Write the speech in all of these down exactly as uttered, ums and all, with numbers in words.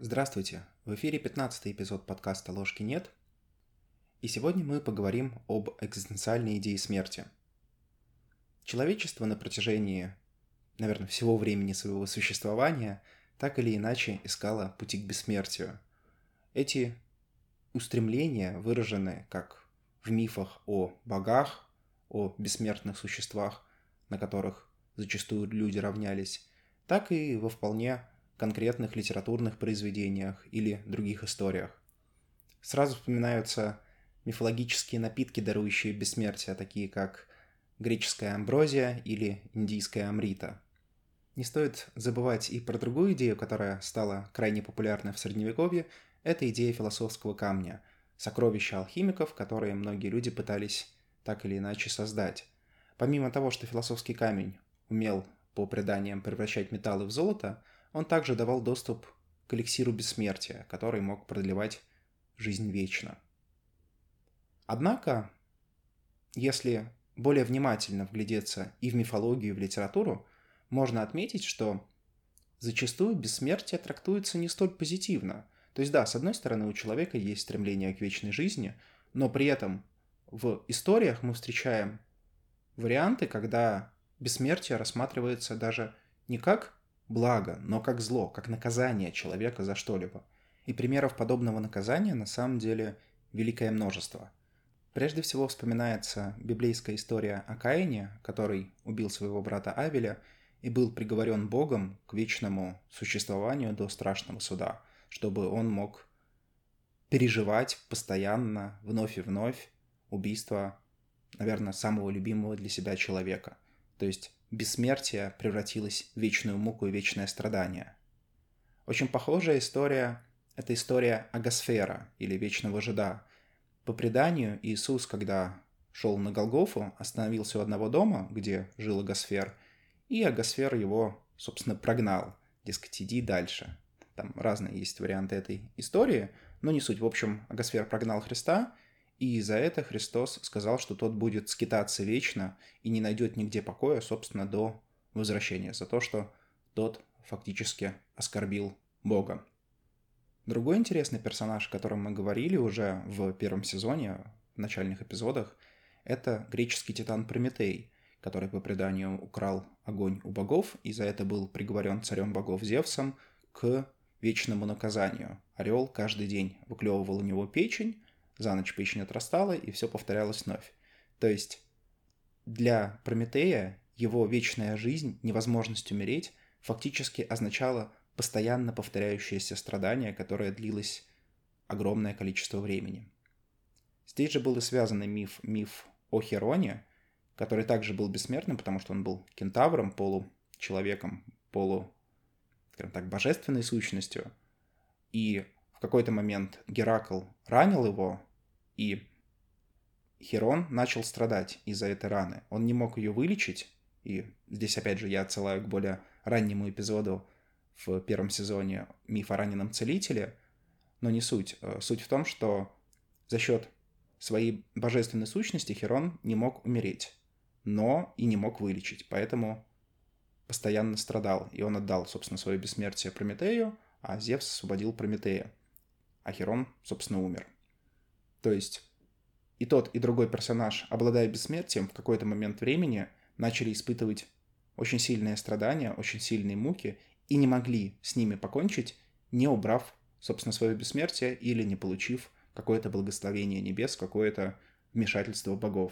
Здравствуйте! В эфире пятнадцатый эпизод подкаста «Ложки нет», и сегодня мы поговорим об экзистенциальной идее смерти. Человечество на протяжении, наверное, всего времени своего существования так или иначе искало пути к бессмертию. Эти устремления выражены как в мифах о богах, о бессмертных существах, на которых зачастую люди равнялись, так и во вполне конкретных литературных произведениях или других историях. Сразу вспоминаются мифологические напитки, дарующие бессмертие, такие как греческая амброзия или индийская амрита. Не стоит забывать и про другую идею, которая стала крайне популярной в Средневековье, это идея философского камня, сокровища алхимиков, которые многие люди пытались так или иначе создать. Помимо того, что философский камень умел, по преданиям, превращать металлы в золото, он также давал доступ к эликсиру бессмертия, который мог продлевать жизнь вечно. Однако, если более внимательно вглядеться и в мифологию, и в литературу, можно отметить, что зачастую бессмертие трактуется не столь позитивно. То есть да, с одной стороны, у человека есть стремление к вечной жизни, но при этом в историях мы встречаем варианты, когда бессмертие рассматривается даже не как благо, но как зло, как наказание человека за что-либо. И примеров подобного наказания на самом деле великое множество. Прежде всего вспоминается библейская история о Каине, который убил своего брата Авеля и был приговорен Богом к вечному существованию до страшного суда, чтобы он мог переживать постоянно, вновь и вновь, убийство, наверное, самого любимого для себя человека. То есть бессмертие превратилось в вечную муку и вечное страдание. Очень похожая история – это история Агасфера, или Вечного Жида. По преданию, Иисус, когда шел на Голгофу, остановился у одного дома, где жил Агасфер, и Агасфер его, собственно, прогнал. Дескать, иди дальше. Там разные есть варианты этой истории, но не суть. В общем, Агасфер прогнал Христа, и за это Христос сказал, что тот будет скитаться вечно и не найдет нигде покоя, собственно, до возвращения, за то, что тот фактически оскорбил Бога. Другой интересный персонаж, о котором мы говорили уже в первом сезоне, в начальных эпизодах, это греческий титан Прометей, который по преданию украл огонь у богов и за это был приговорен царем богов Зевсом к вечному наказанию. Орел каждый день выклевывал у него печень, за ночь печень отрастала, и все повторялось вновь. То есть для Прометея его вечная жизнь, невозможность умереть, фактически означала постоянно повторяющееся страдание, которое длилось огромное количество времени. Здесь же был и связанный миф, миф о Хероне, который также был бессмертным, потому что он был кентавром, получеловеком, полу, скажем так, божественной сущностью. И в какой-то момент Геракл ранил его, и Херон начал страдать из-за этой раны. Он не мог ее вылечить, и здесь опять же я отсылаю к более раннему эпизоду в первом сезоне «Миф о раненом целителе», но не суть. Суть в том, что за счет своей божественной сущности Херон не мог умереть, но и не мог вылечить, поэтому постоянно страдал, и он отдал, собственно, свое бессмертие Прометею, а Зевс освободил Прометея, а Херон, собственно, умер. То есть и тот, и другой персонаж, обладая бессмертием, в какой-то момент времени начали испытывать очень сильные страдания, очень сильные муки, и не могли с ними покончить, не убрав, собственно, свое бессмертие или не получив какое-то благословение небес, какое-то вмешательство богов.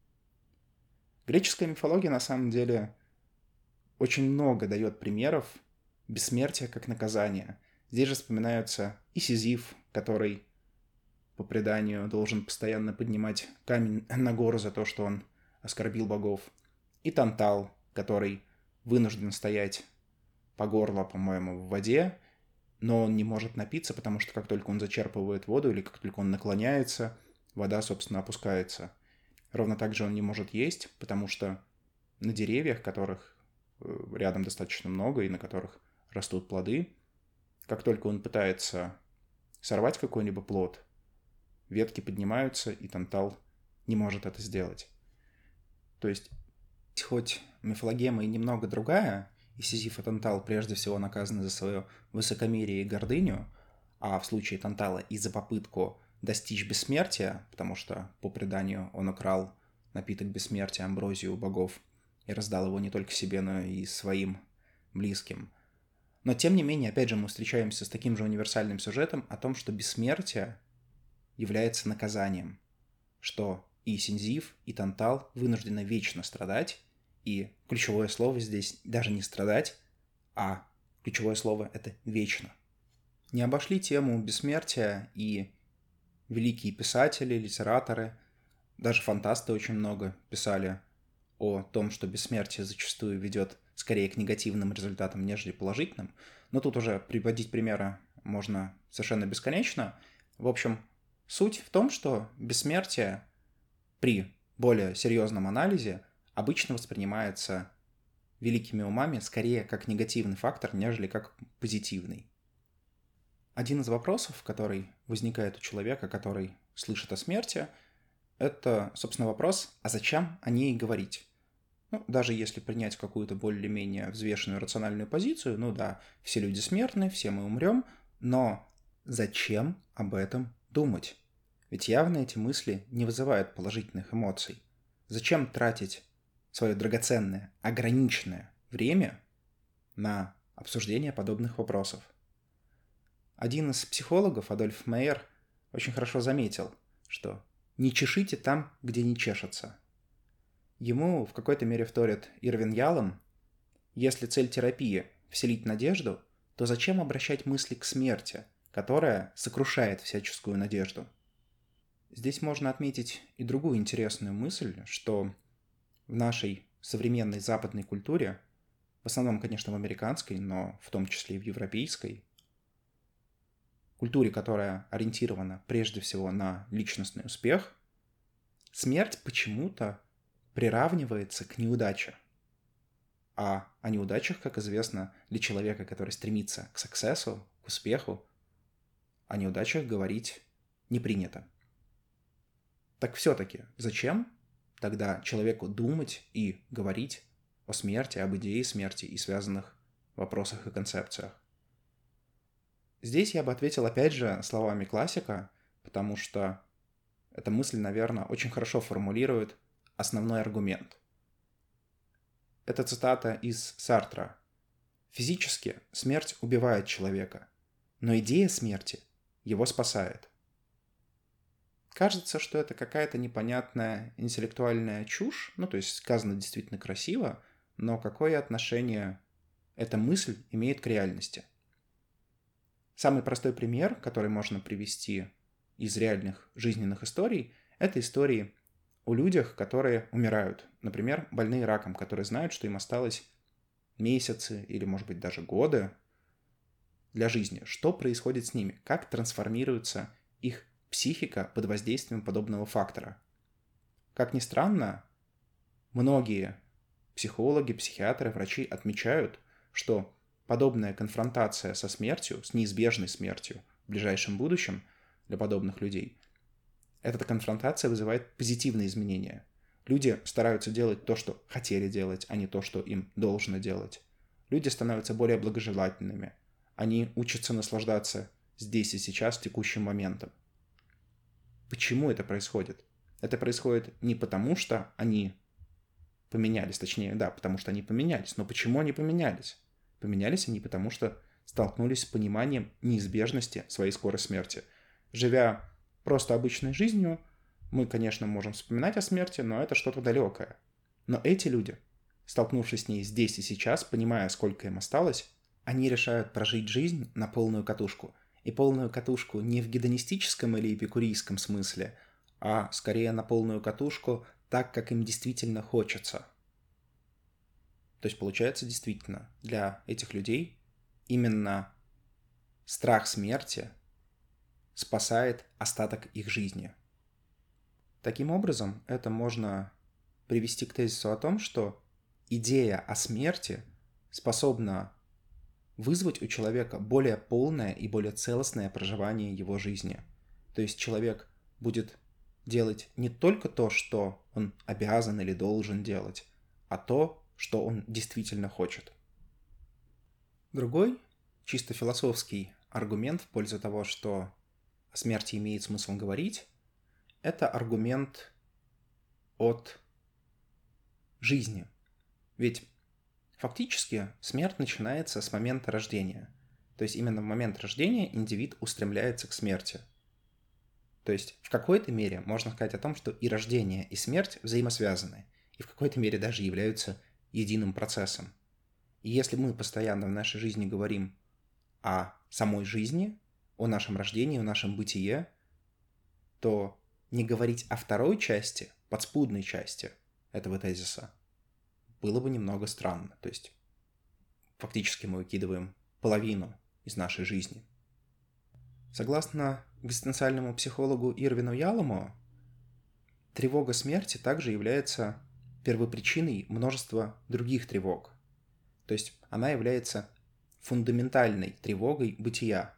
Греческая мифология, на самом деле, очень много дает примеров бессмертия как наказания. Здесь же вспоминаются и Сизиф, который, по преданию, должен постоянно поднимать камень на гору за то, что он оскорбил богов, и Тантал, который вынужден стоять по горло, по-моему, в воде, но он не может напиться, потому что как только он зачерпывает воду или как только он наклоняется, вода, собственно, опускается. Ровно так же он не может есть, потому что на деревьях, которых рядом достаточно много и на которых растут плоды, как только он пытается сорвать какой-либо плод, ветки поднимаются, и Тантал не может это сделать. То есть, хоть мифологема и немного другая, и Сизиф и Тантал прежде всего наказаны за свое высокомерие и гордыню, а в случае Тантала и за попытку достичь бессмертия, потому что, по преданию, он украл напиток бессмертия, амброзию у богов, и раздал его не только себе, но и своим близким. Но, тем не менее, опять же, мы встречаемся с таким же универсальным сюжетом о том, что бессмертие является наказанием, что и Синзив, и Тантал вынуждены вечно страдать, и ключевое слово здесь даже не страдать, а ключевое слово — это вечно. Не обошли тему бессмертия и великие писатели, литераторы, даже фантасты очень много писали о том, что бессмертие зачастую ведет скорее к негативным результатам, нежели положительным. Но тут уже приводить примеры можно совершенно бесконечно. В общем, суть в том, что бессмертие при более серьезном анализе обычно воспринимается великими умами скорее как негативный фактор, нежели как позитивный. Один из вопросов, который возникает у человека, который слышит о смерти, это, собственно, вопрос, а зачем о ней говорить? Ну, даже если принять какую-то более-менее взвешенную рациональную позицию, ну да, все люди смертны, все мы умрем, но зачем об этом думать? Ведь явно эти мысли не вызывают положительных эмоций. Зачем тратить свое драгоценное, ограниченное время на обсуждение подобных вопросов? Один из психологов, Адольф Мейер, очень хорошо заметил, что не чешите там, где не чешется. Ему в какой-то мере вторит Ирвин Ялом: если цель терапии – вселить надежду, то зачем обращать мысли к смерти, которая сокрушает всяческую надежду? Здесь можно отметить и другую интересную мысль, что в нашей современной западной культуре, в основном, конечно, в американской, но в том числе и в европейской, культуре, которая ориентирована прежде всего на личностный успех, смерть почему-то приравнивается к неудаче. А о неудачах, как известно, для человека, который стремится к саксессу, к успеху, о неудачах говорить не принято. Так все-таки зачем тогда человеку думать и говорить о смерти, об идее смерти и связанных вопросах и концепциях? Здесь я бы ответил опять же словами классика, потому что эта мысль, наверное, очень хорошо формулирует основной аргумент. Это цитата из Сартра. «Физически смерть убивает человека, но идея смерти его спасает». Кажется, что это какая-то непонятная интеллектуальная чушь, ну, то есть сказано действительно красиво, но какое отношение эта мысль имеет к реальности? Самый простой пример, который можно привести из реальных жизненных историй, это истории о людях, которые умирают. Например, больные раком, которые знают, что им осталось месяцы или, может быть, даже годы для жизни. Что происходит с ними? Как трансформируется их психика под воздействием подобного фактора? Как ни странно, многие психологи, психиатры, врачи отмечают, что подобная конфронтация со смертью, с неизбежной смертью в ближайшем будущем для подобных людей, эта конфронтация вызывает позитивные изменения. Люди стараются делать то, что хотели делать, а не то, что им должно делать. Люди становятся более благожелательными. Они учатся наслаждаться здесь и сейчас текущим моментом. Почему это происходит? Это происходит не потому, что они поменялись, точнее, да, потому что они поменялись. Но почему они поменялись? Поменялись они потому, что столкнулись с пониманием неизбежности своей скорой смерти. Живя просто обычной жизнью, мы, конечно, можем вспоминать о смерти, но это что-то далекое. Но эти люди, столкнувшись с ней здесь и сейчас, понимая, сколько им осталось, они решают прожить жизнь на полную катушку. И полную катушку не в гедонистическом или эпикурийском смысле, а скорее на полную катушку так, как им действительно хочется. То есть, получается, действительно, для этих людей именно страх смерти спасает остаток их жизни. Таким образом, это можно привести к тезису о том, что идея о смерти способна вызвать у человека более полное и более целостное проживание его жизни. То есть человек будет делать не только то, что он обязан или должен делать, а то, что он действительно хочет. Другой, чисто философский аргумент в пользу того, что о смерти имеет смысл говорить, это аргумент от жизни. Ведь фактически смерть начинается с момента рождения. То есть именно в момент рождения индивид устремляется к смерти. То есть в какой-то мере можно сказать о том, что и рождение, и смерть взаимосвязаны, и в какой-то мере даже являются единым процессом. И если мы постоянно в нашей жизни говорим о самой жизни, о нашем рождении, о нашем бытие, то не говорить о второй части, подспудной части этого тезиса было бы немного странно. То есть фактически мы выкидываем половину из нашей жизни. Согласно экзистенциальному психологу Ирвину Ялому, тревога смерти также является первопричиной множества других тревог. То есть она является фундаментальной тревогой бытия.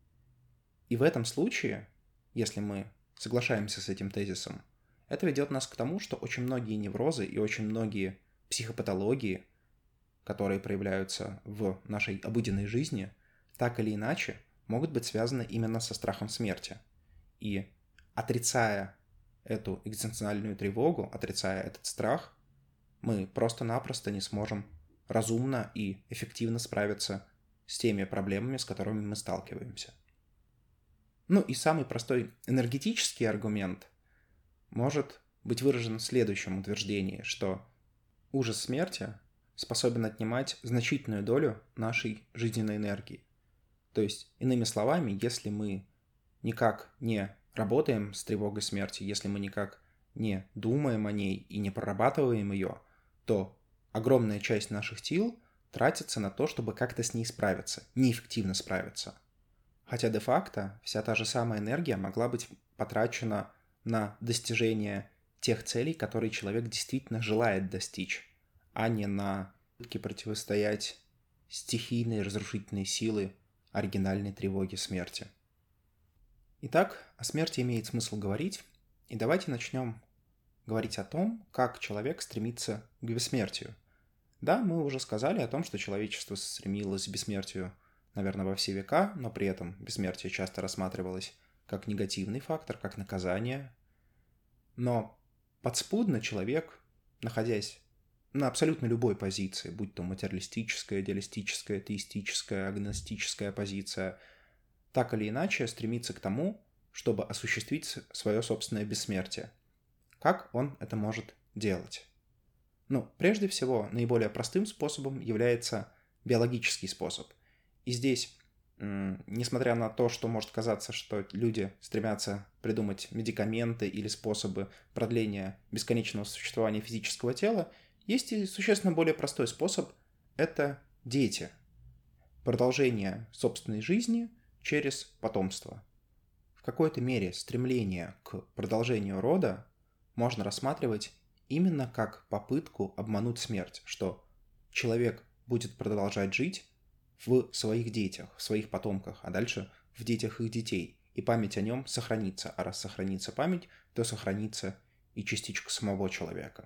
И в этом случае, если мы соглашаемся с этим тезисом, это ведет нас к тому, что очень многие неврозы и очень многие психопатологии, которые проявляются в нашей обыденной жизни, так или иначе могут быть связаны именно со страхом смерти. И отрицая эту экзистенциальную тревогу, отрицая этот страх, мы просто-напросто не сможем разумно и эффективно справиться с теми проблемами, с которыми мы сталкиваемся. Ну и самый простой энергетический аргумент может быть выражен в следующем утверждении, что ужас смерти способен отнимать значительную долю нашей жизненной энергии. То есть, иными словами, если мы никак не работаем с тревогой смерти, если мы никак не думаем о ней и не прорабатываем ее, то огромная часть наших сил тратится на то, чтобы как-то с ней справиться, неэффективно справиться. Хотя де-факто вся та же самая энергия могла быть потрачена на достижение тех целей, которые человек действительно желает достичь, а не на попытки противостоять стихийной разрушительной силы оригинальной тревоги смерти. Итак, о смерти имеет смысл говорить, и давайте начнем говорить о том, как человек стремится к бессмертию. Да, мы уже сказали о том, что человечество стремилось к бессмертию, наверное, во все века, но при этом бессмертие часто рассматривалось как негативный фактор, как наказание. Но подспудно человек, находясь на абсолютно любой позиции, будь то материалистическая, идеалистическая, теистическая, агностическая позиция, так или иначе стремится к тому, чтобы осуществить свое собственное бессмертие. Как он это может делать? Ну, прежде всего, наиболее простым способом является биологический способ. И здесь, несмотря на то, что может казаться, что люди стремятся придумать медикаменты или способы продления бесконечного существования физического тела, есть и существенно более простой способ – это дети. Продолжение собственной жизни через потомство. В какой-то мере стремление к продолжению рода можно рассматривать именно как попытку обмануть смерть, что человек будет продолжать жить в своих детях, в своих потомках, а дальше в детях их детей, и память о нем сохранится. А раз сохранится память, то сохранится и частичка самого человека.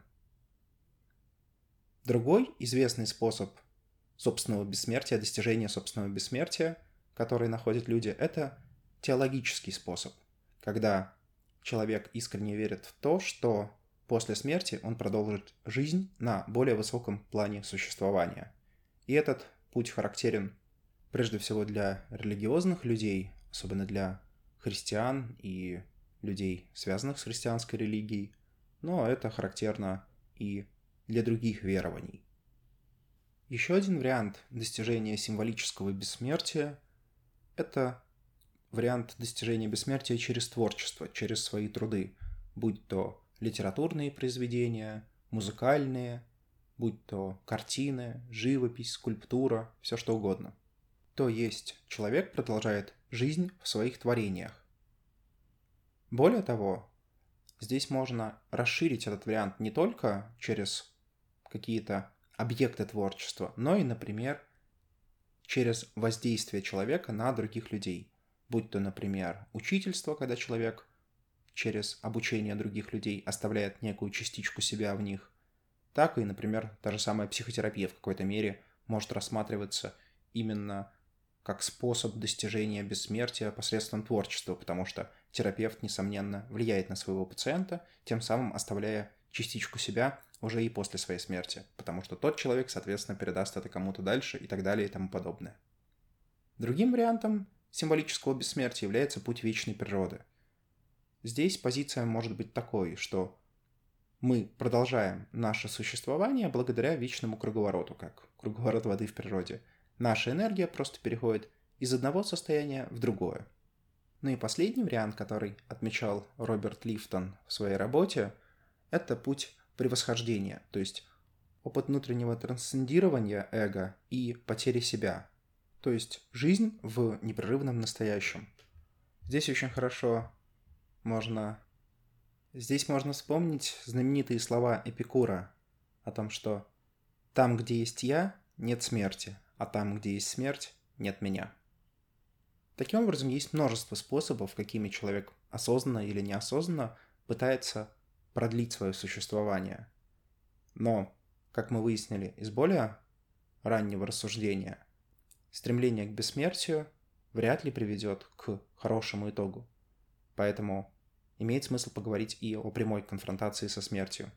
Другой известный способ собственного бессмертия, достижения собственного бессмертия, который находят люди, это теологический способ, когда человек искренне верит в то, что после смерти он продолжит жизнь на более высоком плане существования. И этот путь характерен прежде всего для религиозных людей, особенно для христиан и людей, связанных с христианской религией, но это характерно и для других верований. Еще один вариант достижения символического бессмертия – это вариант достижения бессмертия через творчество, через свои труды, будь то литературные произведения, музыкальные, будь то картины, живопись, скульптура, все что угодно. То есть человек продолжает жизнь в своих творениях. Более того, здесь можно расширить этот вариант не только через какие-то объекты творчества, но и, например, через воздействие человека на других людей. Будь то, например, учительство, когда человек через обучение других людей оставляет некую частичку себя в них, так и, например, та же самая психотерапия в какой-то мере может рассматриваться именно как способ достижения бессмертия посредством творчества, потому что терапевт, несомненно, влияет на своего пациента, тем самым оставляя частичку себя уже и после своей смерти, потому что тот человек, соответственно, передаст это кому-то дальше и так далее и тому подобное. Другим вариантом символического бессмертия является путь вечной природы. Здесь позиция может быть такой, что мы продолжаем наше существование благодаря вечному круговороту, как круговорот воды в природе. Наша энергия просто переходит из одного состояния в другое. Ну и последний вариант, который отмечал Роберт Лифтон в своей работе, это путь превосхождения, то есть опыт внутреннего трансцендирования эго и потери себя, то есть жизнь в непрерывном настоящем. Здесь очень хорошо можно... Здесь можно вспомнить знаменитые слова Эпикура о том, что «там, где есть я, нет смерти, а там, где есть смерть, нет меня». Таким образом, есть множество способов, какими человек осознанно или неосознанно пытается продлить свое существование. Но, как мы выяснили из более раннего рассуждения, стремление к бессмертию вряд ли приведет к хорошему итогу. Поэтому имеет смысл поговорить и о прямой конфронтации со смертью.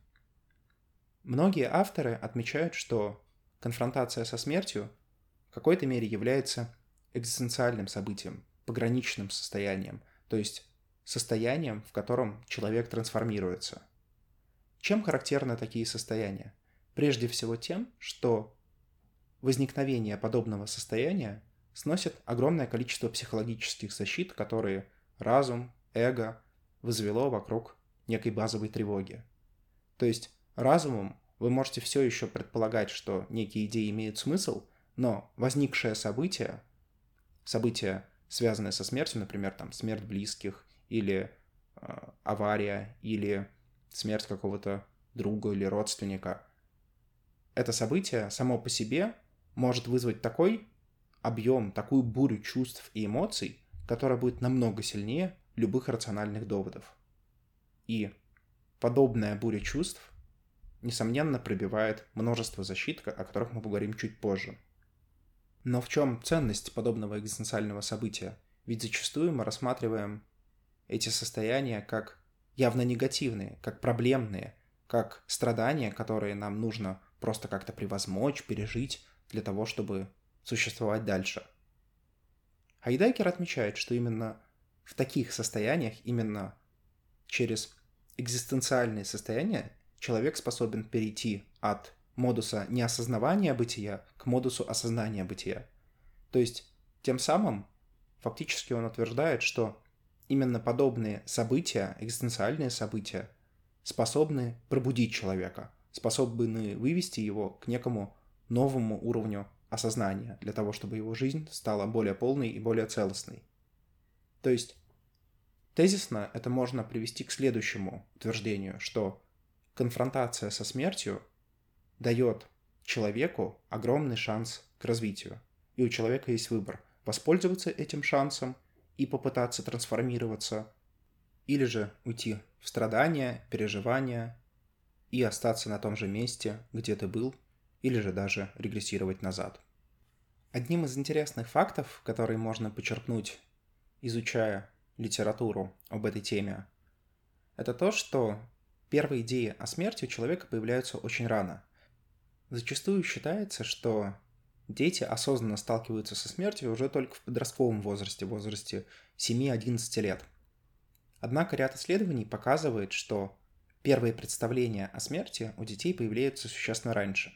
Многие авторы отмечают, что конфронтация со смертью в какой-то мере является экзистенциальным событием, пограничным состоянием, то есть состоянием, в котором человек трансформируется. Чем характерны такие состояния? Прежде всего тем, что возникновение подобного состояния сносит огромное количество психологических защит, которые разум, эго возвело вокруг некой базовой тревоги. То есть разумом вы можете все еще предполагать, что некие идеи имеют смысл, но возникшее событие, событие, связанное со смертью, например, там, смерть близких, или э, авария, или смерть какого-то друга или родственника, это событие само по себе может вызвать такой объем, такую бурю чувств и эмоций, которая будет намного сильнее любых рациональных доводов. И подобная буря чувств, несомненно, пробивает множество защит, о которых мы поговорим чуть позже. Но в чем ценность подобного экзистенциального события? Ведь зачастую мы рассматриваем эти состояния как явно негативные, как проблемные, как страдания, которые нам нужно просто как-то превозмочь, пережить для того, чтобы существовать дальше. Хайдеггер отмечает, что именно в таких состояниях, именно через экзистенциальные состояния, человек способен перейти от модуса неосознавания бытия к модусу осознания бытия. То есть, тем самым, фактически он утверждает, что именно подобные события, экзистенциальные события, способны пробудить человека, способны вывести его к некому новому уровню осознания, для того, чтобы его жизнь стала более полной и более целостной. То есть, тезисно это можно привести к следующему утверждению, что конфронтация со смертью дает человеку огромный шанс к развитию. И у человека есть выбор – воспользоваться этим шансом и попытаться трансформироваться, или же уйти в страдания, переживания и остаться на том же месте, где ты был, или же даже регрессировать назад. Одним из интересных фактов, которые можно почерпнуть, изучая литературу об этой теме, это то, что первые идеи о смерти у человека появляются очень рано. Зачастую считается, что дети осознанно сталкиваются со смертью уже только в подростковом возрасте, в возрасте семь-одиннадцать лет. Однако ряд исследований показывает, что первые представления о смерти у детей появляются существенно раньше.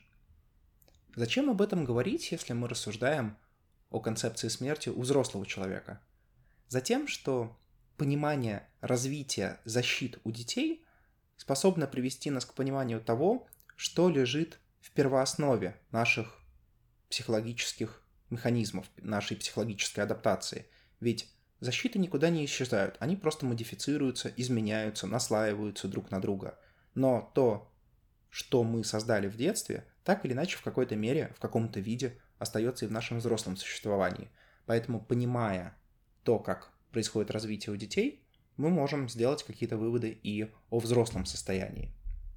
Зачем об этом говорить, если мы рассуждаем о концепции смерти у взрослого человека? Затем, что понимание развития защит у детей способно привести нас к пониманию того, что лежит в первооснове наших психологических механизмов, нашей психологической адаптации. Ведь защиты никуда не исчезают, они просто модифицируются, изменяются, наслаиваются друг на друга. Но то, что мы создали в детстве, так или иначе в какой-то мере, в каком-то виде остается и в нашем взрослом существовании. Поэтому, понимая то, как происходит развитие у детей, мы можем сделать какие-то выводы и о взрослом состоянии.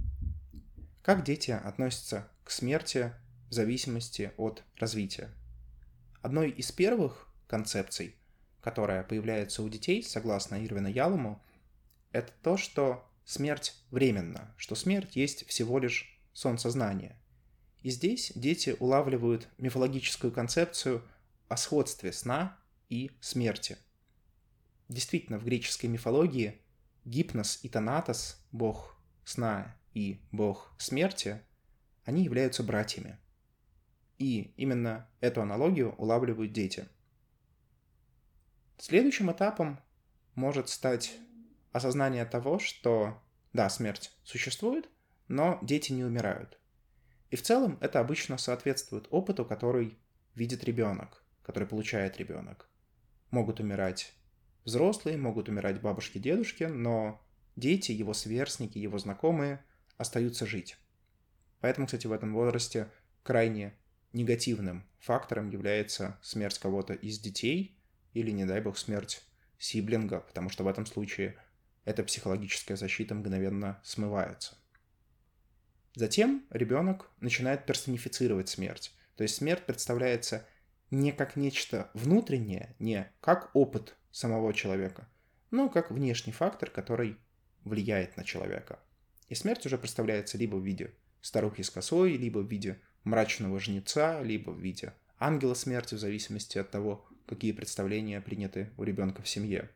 Как дети относятся к смерти в зависимости от развития? Одной из первых концепций, которая появляется у детей, согласно Ирвину Ялому, это то, что смерть временна, что смерть есть всего лишь сон сознания. И здесь дети улавливают мифологическую концепцию о сходстве сна и смерти. Действительно, в греческой мифологии Гипнос и Танатос, бог сна и бог смерти, они являются братьями. И именно эту аналогию улавливают дети. Следующим этапом может стать осознание того, что да, смерть существует, но дети не умирают. И в целом это обычно соответствует опыту, который видит ребенок, который получает ребенок. Могут умирать взрослые, могут умирать бабушки, дедушки, но дети, его сверстники, его знакомые остаются жить. Поэтому, кстати, в этом возрасте крайне негативным фактором является смерть кого-то из детей или, не дай бог, смерть сиблинга, потому что в этом случае эта психологическая защита мгновенно смывается. Затем ребенок начинает персонифицировать смерть. То есть смерть представляется не как нечто внутреннее, не как опыт самого человека, но как внешний фактор, который влияет на человека. И смерть уже представляется либо в виде старухи с косой, либо в виде мрачного жнеца, либо в виде ангела смерти, в зависимости от того, какие представления приняты у ребенка в семье.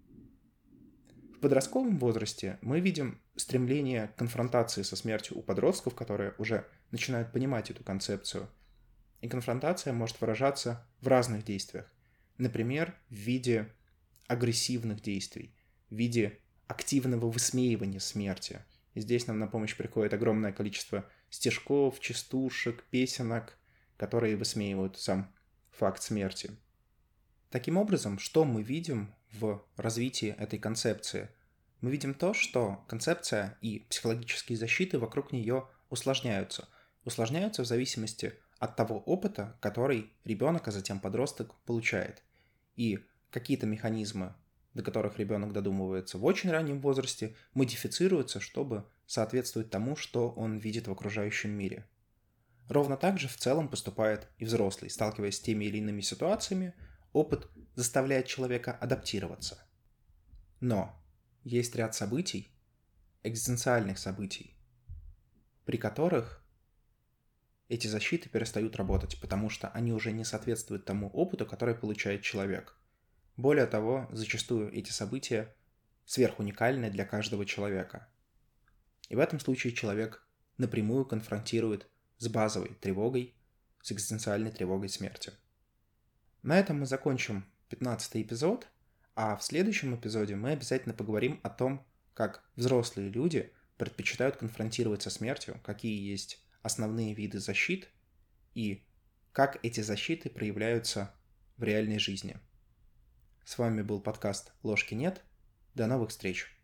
В подростковом возрасте мы видим стремление к конфронтации со смертью у подростков, которые уже начинают понимать эту концепцию. И конфронтация может выражаться в разных действиях. Например, в виде агрессивных действий, в виде активного высмеивания смерти. И здесь нам на помощь приходит огромное количество стишков, частушек, песенок, которые высмеивают сам факт смерти. Таким образом, что мы видим в развитии этой концепции? Мы видим то, что концепция и психологические защиты вокруг нее усложняются. Усложняются в зависимости от того опыта, который ребенок, а затем подросток получает. И какие-то механизмы, до которых ребенок додумывается в очень раннем возрасте, модифицируются, чтобы соответствовать тому, что он видит в окружающем мире. Ровно так же в целом поступает и взрослый. Сталкиваясь с теми или иными ситуациями, опыт заставляет человека адаптироваться. Но есть ряд событий, экзистенциальных событий, при которых эти защиты перестают работать, потому что они уже не соответствуют тому опыту, который получает человек. Более того, зачастую эти события сверхуникальны для каждого человека. И в этом случае человек напрямую конфронтирует с базовой тревогой, с экзистенциальной тревогой смерти. На этом мы закончим пятнадцатый эпизод, а в следующем эпизоде мы обязательно поговорим о том, как взрослые люди предпочитают конфронтировать со смертью, какие есть основные виды защит и как эти защиты проявляются в реальной жизни. С вами был подкаст «Ложки нет». До новых встреч!